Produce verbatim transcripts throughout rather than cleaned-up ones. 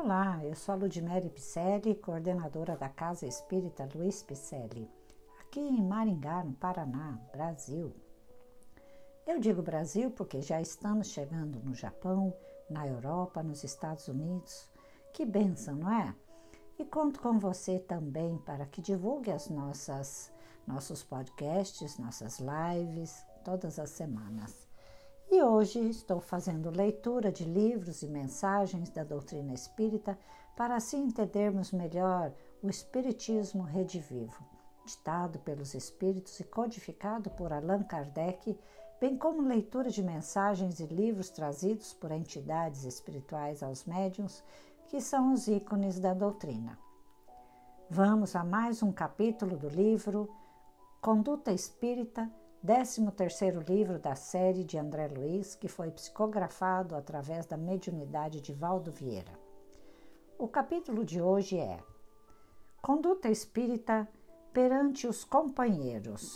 Olá, eu sou a Ludmere Picelli, coordenadora da Casa Espírita Luiz Picelli, aqui em Maringá, no Paraná, Brasil. Eu digo Brasil porque já estamos chegando no Japão, na Europa, nos Estados Unidos. Que bênção, não é? E conto com você também para que divulgue as nossas nossos podcasts, nossas lives, todas as semanas. E hoje estou fazendo leitura de livros e mensagens da doutrina espírita para assim entendermos melhor o Espiritismo Redivivo, ditado pelos espíritos e codificado por Allan Kardec, bem como leitura de mensagens e livros trazidos por entidades espirituais aos médiuns, que são os ícones da doutrina. Vamos a mais um capítulo do livro Conduta Espírita, décimo terceiro livro da série de André Luiz, que foi psicografado através da mediunidade de Valdo Vieira. O capítulo de hoje é Conduta Espírita perante os companheiros.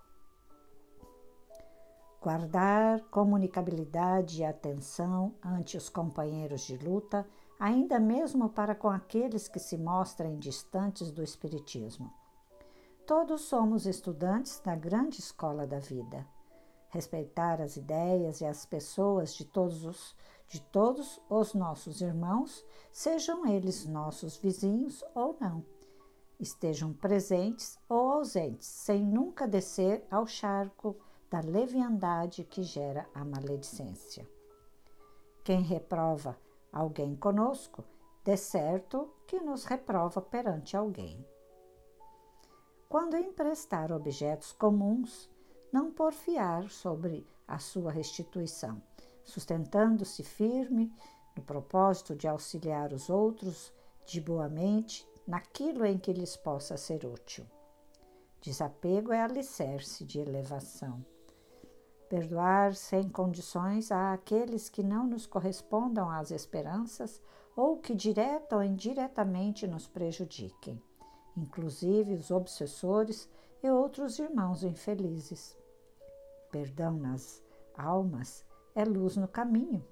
Guardar comunicabilidade e atenção ante os companheiros de luta, ainda mesmo para com aqueles que se mostrem distantes do espiritismo. Todos somos estudantes da grande escola da vida. Respeitar as ideias e as pessoas de todos os, de todos os nossos irmãos, sejam eles nossos vizinhos ou não, estejam presentes ou ausentes, sem nunca descer ao charco da leviandade que gera a maledicência. Quem reprova alguém conosco, de certo que nos reprova perante alguém. Quando emprestar objetos comuns, não porfiar sobre a sua restituição, sustentando-se firme no propósito de auxiliar os outros de boa mente naquilo em que lhes possa ser útil. Desapego é alicerce de elevação. Perdoar sem condições a aqueles que não nos correspondam às esperanças ou que direta ou indiretamente nos prejudiquem, inclusive os obsessores e outros irmãos infelizes. Perdão nas almas é luz no caminho.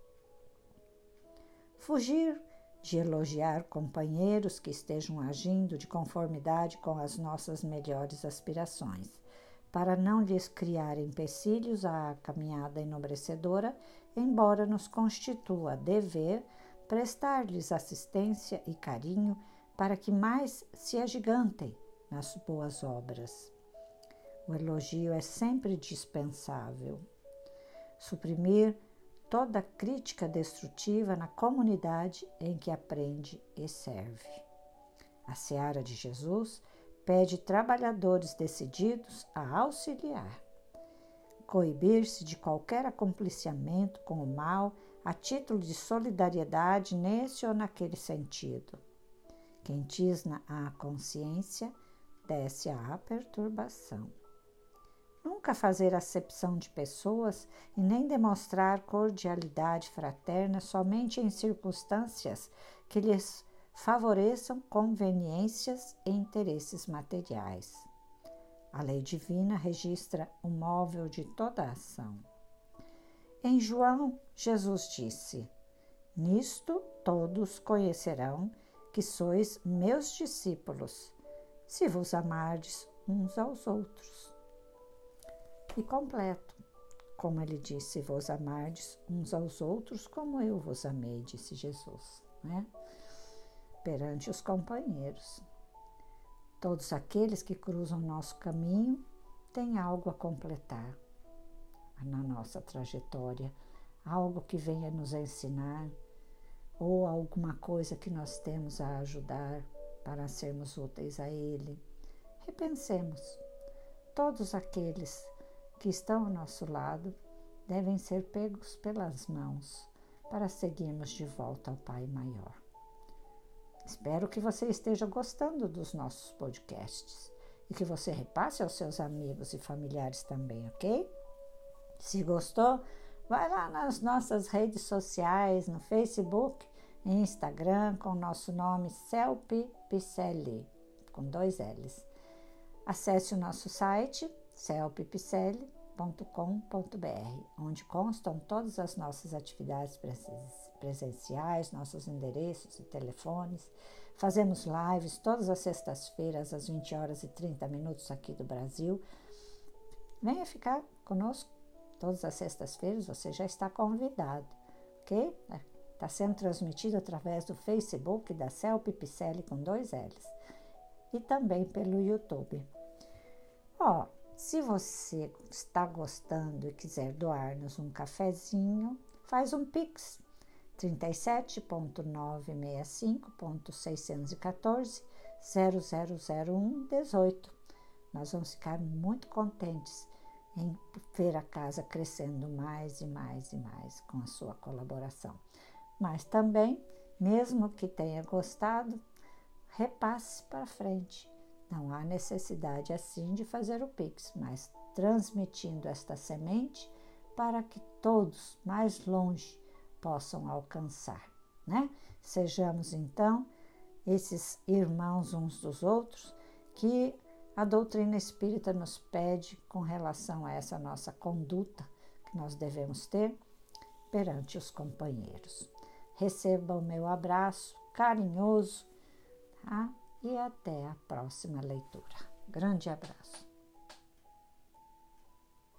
Fugir de elogiar companheiros que estejam agindo de conformidade com as nossas melhores aspirações, para não lhes criar empecilhos à caminhada enobrecedora, embora nos constitua dever prestar-lhes assistência e carinho para que mais se agigantem nas boas obras. O elogio é sempre dispensável. Suprimir toda crítica destrutiva na comunidade em que aprende e serve. A seara de Jesus pede trabalhadores decididos a auxiliar. Coibir-se de qualquer acompliciamento com o mal a título de solidariedade nesse ou naquele sentido. Quem tisna a consciência, desce à perturbação. Nunca fazer acepção de pessoas e nem demonstrar cordialidade fraterna somente em circunstâncias que lhes favoreçam conveniências e interesses materiais. A lei divina registra o móvel de toda a ação. Em João, Jesus disse: Nisto todos conhecerão que sois meus discípulos, se vos amardes uns aos outros. E completo, como ele disse, se vos amardes uns aos outros, como eu vos amei, disse Jesus, né? Perante os companheiros. Todos aqueles que cruzam nosso caminho têm algo a completar na nossa trajetória, algo que venha nos ensinar, ou alguma coisa que nós temos a ajudar para sermos úteis a Ele. Repensemos. Todos aqueles que estão ao nosso lado devem ser pegos pelas mãos para seguirmos de volta ao Pai Maior. Espero que você esteja gostando dos nossos podcasts e que você repasse aos seus amigos e familiares também, ok? Se gostou, vai lá nas nossas redes sociais, no Facebook e Instagram, com o nosso nome Celpe Picelli, com dois L's. Acesse o nosso site, celpe picelli ponto com ponto b r, onde constam todas as nossas atividades presenciais, nossos endereços e telefones. Fazemos lives todas as sextas-feiras, às vinte horas e trinta minutos aqui do Brasil. Venha ficar conosco todas as sextas-feiras, você já está convidado, ok? Está sendo transmitido através do Facebook da Celpe Picelli com dois L's e também pelo YouTube. Ó, se você está gostando e quiser doar-nos um cafezinho, faz um Pix, trinta e sete ponto novecentos e sessenta e cinco ponto seiscentos e quatorze ponto zero zero zero um dezoito. Nós vamos ficar muito contentes em ver a casa crescendo mais e mais e mais com a sua colaboração. Mas também, mesmo que tenha gostado, repasse para frente. Não há necessidade assim de fazer o Pix, mas transmitindo esta semente para que todos mais longe possam alcançar, né? Sejamos então esses irmãos uns dos outros que a doutrina espírita nos pede com relação a essa nossa conduta que nós devemos ter perante os companheiros. Receba o meu abraço carinhoso, tá? E até a próxima leitura. Grande abraço.